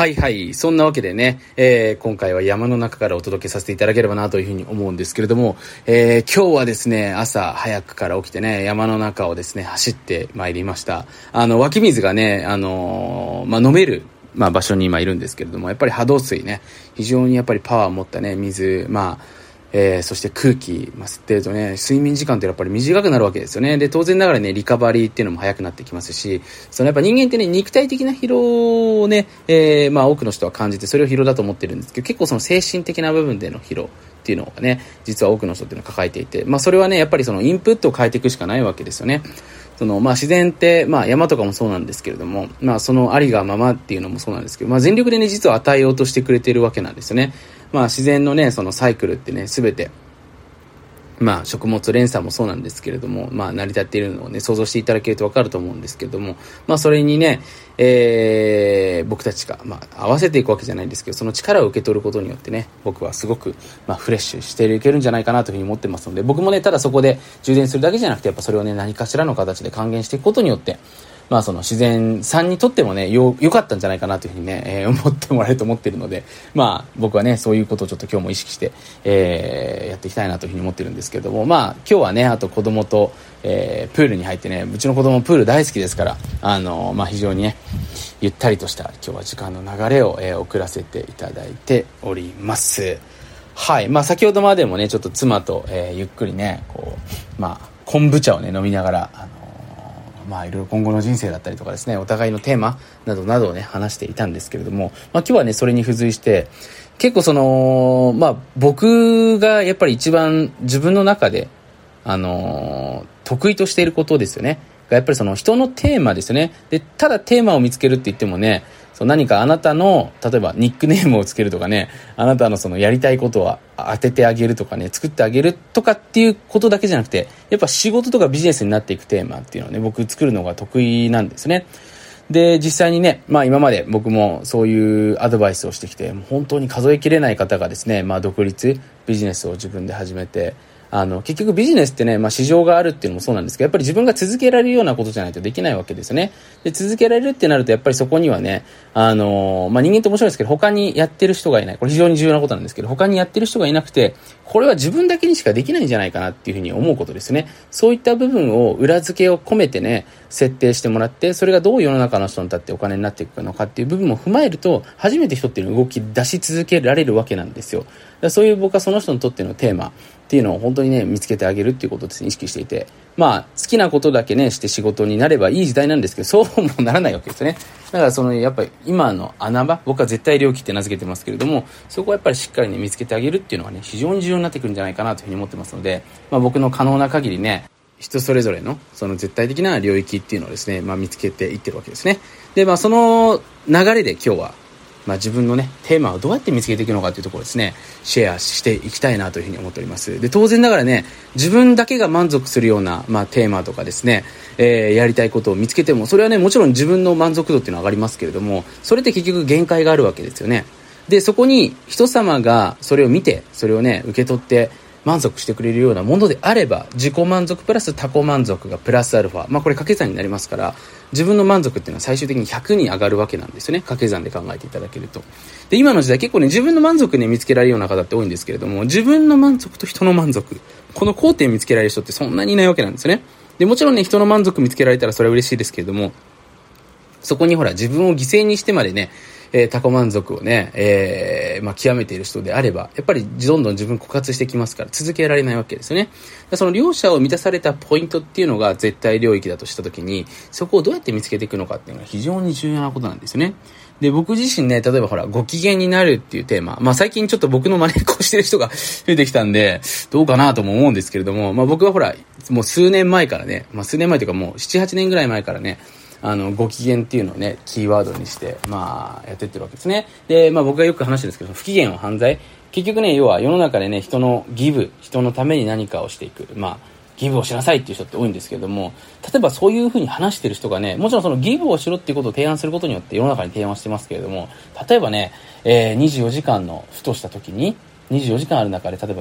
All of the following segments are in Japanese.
はいはい。そんなわけでね、今回は山の中からお届けさせていただければなというふうに思うんですけれども、今日はですね、朝早くから起きてね、山の中をですね、走ってまいりました。湧き水がね、飲める、場所に今いるんですけれども、やっぱり波動水ね、非常にやっぱりパワーを持ったね、水、そして空気、吸ってるとね、睡眠時間ってやっぱり短くなるわけですよね。で、当然ながらね、リカバリーっていうのも早くなってきますし、やっぱ人間ってね、肉体的な疲労をね、多くの人は感じて、それを疲労だと思ってるんですけど、結構その精神的な部分での疲労っていうのがね、実は多くの人っていうのを抱えていて、それはね、やっぱりそのインプットを変えていくしかないわけですよね。自然って、山とかもそうなんですけれども、そのありがままっていうのもそうなんですけど、全力でね、実は与えようとしてくれているわけなんですよね。自然のね、そのサイクルってね、すべて、食物連鎖もそうなんですけれども、成り立っているのをね、想像していただけると分かると思うんですけれども、それにね、僕たちが、合わせていくわけじゃないんですけど、その力を受け取ることによってね、僕はすごく、フレッシュしていけるんじゃないかなというふうに思ってますので、僕もね、ただそこで充電するだけじゃなくて、やっぱそれをね、何かしらの形で還元していくことによって、その自然さんにとってもね、良かったんじゃないかなというふうにね、思ってもらえると思っているので、僕はね、そういうことをちょっと今日も意識して、やっていきたいなというふうに思ってるんですけども、今日はね、あと子供と、プールに入ってね、うちの子供プール大好きですから、非常にね、ゆったりとした今日は時間の流れを、送らせていただいております。はい。先ほどまでもね、ちょっと妻と、ゆっくりね、昆布茶をね、飲みながら、いろいろ今後の人生だったりとかですね、お互いのテーマなどなどをね、話していたんですけれども、今日はね、それに付随して、結構僕がやっぱり一番自分の中で、得意としていることですよね。やっぱりその人のテーマですよね。で、ただテーマを見つけるって言ってもね、何かあなたの、例えばニックネームをつけるとかね、あなたのそのやりたいことを当ててあげるとかね、作ってあげるとかっていうことだけじゃなくて、やっぱ仕事とかビジネスになっていくテーマっていうのをね、僕作るのが得意なんですね。で、実際にね、今まで僕もそういうアドバイスをしてきて、本当に数えきれない方がですね、独立、ビジネスを自分で始めて、結局ビジネスってね、市場があるっていうのもそうなんですけど、やっぱり自分が続けられるようなことじゃないとできないわけですよね。で、続けられるってなると、やっぱりそこにはね、人間って面白いですけど、他にやってる人がいない。これ非常に重要なことなんですけど、他にやってる人がいなくて、これは自分だけにしかできないんじゃないかなっていうふうに思うことですね。そういった部分を裏付けを込めてね、設定してもらって、それがどう世の中の人にとってお金になっていくのかっていう部分も踏まえると、初めて人っていうの動き出し続けられるわけなんですよ。そういう僕はその人にとってのテーマっていうのを本当にね、見つけてあげるっていうことをですね、意識していて、好きなことだけね、して仕事になればいい時代なんですけど、そうもならないわけですよね。だからやっぱり今の穴場、僕は絶対領域って名付けてますけれども、そこはやっぱりしっかりね、見つけてあげるっていうのはね、非常に重要になってくるんじゃないかなというふうに思ってますので、僕の可能な限りね、人それぞれのその絶対的な領域っていうのをですね、見つけていってるわけですね。で、その流れで今日は自分のね、テーマをどうやって見つけていくのかというところですね、シェアしていきたいなというふうに思っております。で、当然ながらね、自分だけが満足するような、テーマとかですね、やりたいことを見つけても、それはね、もちろん自分の満足度っていうのは上がりますけれども、それって結局限界があるわけですよね。で、そこに人様がそれを見て、それをね、受け取って満足してくれるようなものであれば、自己満足プラス他己満足がプラスアルファ、これ掛け算になりますから、自分の満足っていうのは最終的に100に上がるわけなんですよね。掛け算で考えていただけると。で、今の時代結構ね、自分の満足ね、見つけられるような方って多いんですけれども、自分の満足と人の満足、この交点を見つけられる人ってそんなにいないわけなんですよね。で、もちろんね、人の満足見つけられたらそれは嬉しいですけれども、そこにほら、自分を犠牲にしてまでね、他己満足をね、極めている人であれば、やっぱりどんどん自分枯渇してきますから続けられないわけですよね。その両者を満たされたポイントっていうのが絶対領域だとしたときに、そこをどうやって見つけていくのかっていうのが非常に重要なことなんですよね。で、僕自身ね、例えばほら、ご機嫌になるっていうテーマ。最近ちょっと僕の真似っこしてる人が増えてきたんで、どうかなとも思うんですけれども、僕はほら、もう数年前からね、数年前というかもう7、8年ぐらい前からね、ご機嫌っていうのをね、キーワードにして、やってってるわけですね。で、僕がよく話してるんですけど、不機嫌は犯罪。結局ね、要は世の中でね、人のために何かをしていく。ギブをしなさいっていう人って多いんですけれども、例えばそういうふうに話してる人がね、もちろんそのギブをしろっていうことを提案することによって世の中に提案してますけれども、例えばね、24時間のふとした時に、24時間ある中で、例えば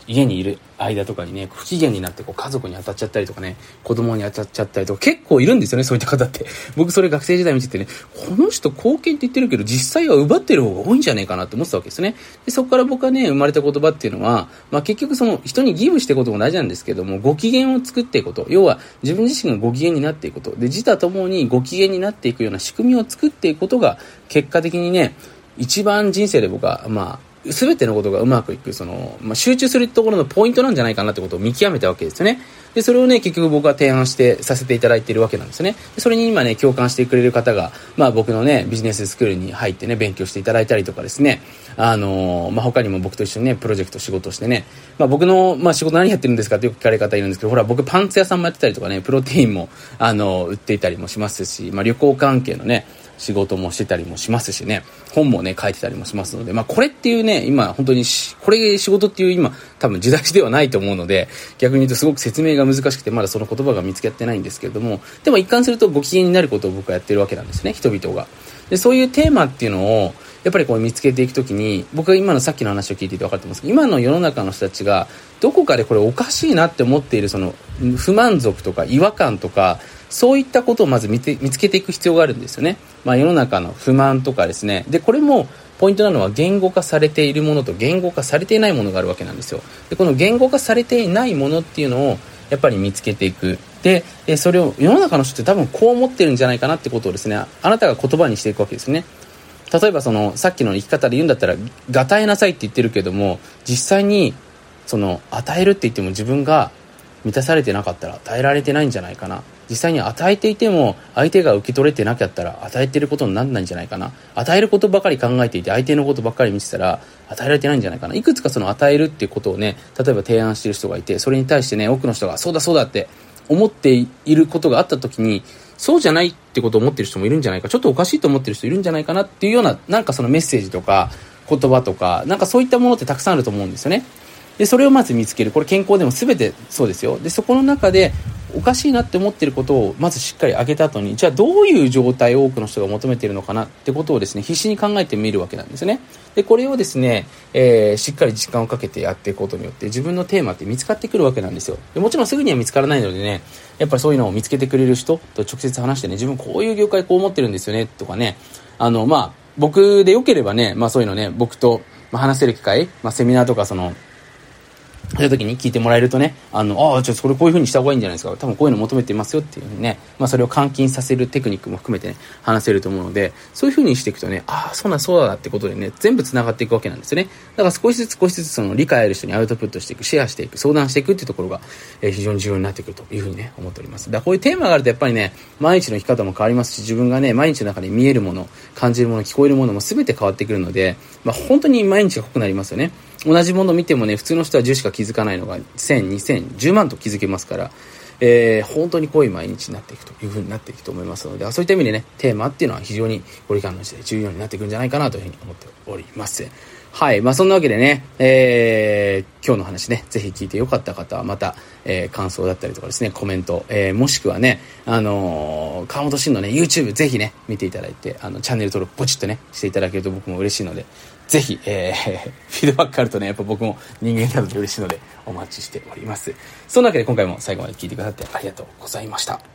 家にいる間とかにね、不機嫌になって家族に当たっちゃったりとかね、子供に当たっちゃったりとか結構いるんですよね、そういった方って。僕それ学生時代見ててね、この人貢献って言ってるけど実際は奪ってる方が多いんじゃねえかなって思ってたわけですね。でそこから僕はね、生まれた言葉っていうのは、結局その人にギブしていくことも大事なんですけども、ご機嫌を作っていくこと、要は自分自身がご機嫌になっていくことで、自他ともにご機嫌になっていくような仕組みを作っていくことが結果的にね、一番人生で僕は全てのことがうまくいく、集中するところのポイントなんじゃないかなってことを見極めたわけですよね。で、それをね、結局僕は提案させていただいているわけなんですね。でそれに今ね、共感してくれる方が、僕のね、ビジネススクールに入ってね、勉強していただいたりとかですね、他にも僕と一緒にね、プロジェクト仕事をしてね、僕の、仕事何やってるんですかってよく聞かれる方いるんですけど、ほら、僕パンツ屋さんもやってたりとかね、プロテインも、売っていたりもしますし、旅行関係のね、仕事もしてたりもしますしね、本もね書いてたりもしますので、これっていうね、今本当にこれ仕事っていう今多分時代ではないと思うので、逆に言うとすごく説明が難しくてまだその言葉が見つけてないんですけれども、でも一貫するとご機嫌になることを僕はやってるわけなんですね、人々が。でそういうテーマっていうのをやっぱり見つけていくときに、僕は今のさっきの話を聞いていて分かってますけど、今の世の中の人たちがどこかでこれおかしいなって思っているその不満足とか違和感とか、そういったことをまず見つけていく必要があるんですよね。世の中の不満とかですね。で、これもポイントなのは言語化されているものと言語化されていないものがあるわけなんですよ。で、この言語化されていないものっていうのをやっぱり見つけていく。で、それを世の中の人って多分こう思ってるんじゃないかなってことをですね、あなたが言葉にしていくわけですね。例えばさっきの生き方で言うんだったら、与えなさいって言ってるけども、実際に与えるって言っても自分が満たされてなかったら与えられてないんじゃないかな。実際に与えていても相手が受け取れてなかったら与えていることにならないんじゃないかな。与えることばかり考えていて相手のことばっかり見てたら与えられてないんじゃないかな。いくつか与えるっていうことをね、例えば提案している人がいて、それに対してね、多くの人がそうだそうだって思っていることがあった時に、そうじゃないってことを思っている人もいるんじゃないか、ちょっとおかしいと思っている人いるんじゃないかなっていうような、メッセージとか言葉とかそういったものってたくさんあると思うんですよね。でそれをまず見つける。これ健康でも全てそうですよ。でそこの中でおかしいなって思っていることをまずしっかり上げた後に、じゃあどういう状態を多くの人が求めているのかなってことをですね、必死に考えてみるわけなんですね。でこれをですね、しっかり時間をかけてやっていくことによって自分のテーマって見つかってくるわけなんですよ。でもちろんすぐには見つからないのでね、やっぱりそういうのを見つけてくれる人と直接話してね、自分こういう業界こう思ってるんですよねとかね、僕でよければね、そういうのね、僕と話せる機会、セミナーとかそういう時に聞いてもらえるとね、じゃあそれこういう風にした方がいいんじゃないですか、多分こういうの求めてますよっていう風にね、それを換金させるテクニックも含めてね、話せると思うので、そういう風にしていくとね、そうだってことでね、全部繋がっていくわけなんですよね。だから少しずつ理解ある人にアウトプットしていく、シェアしていく、相談していくっていうところが、非常に重要になってくるという風にね、思っております。だからこういうテーマがあるとやっぱりね、毎日の生き方も変わりますし、自分がね、毎日の中で見えるもの、感じるもの、聞こえるものも全て変わってくるので、本当に毎日が濃くなりますよね。同じものを見てもね、普通の人は10しか気づかないのが1000、2000、10万と気づけますから、本当に濃い毎日になっていくという風になっていくと思いますので、そういった意味でね、テーマっていうのは非常にこれからの時代重要になっていくんじゃないかなというふうに思っております。はい。そんなわけでね、今日の話ね、ぜひ聞いてよかった方はまた、感想だったりとかですね、コメント、もしくはね、川本慎のね、YouTube ぜひね、見ていただいて、チャンネル登録ポチッとね、していただけると僕も嬉しいので、ぜひ、フィードバックあるとね、やっぱ僕も人間なので嬉しいのでお待ちしております。そんなわけで今回も最後まで聞いてくださってありがとうございました。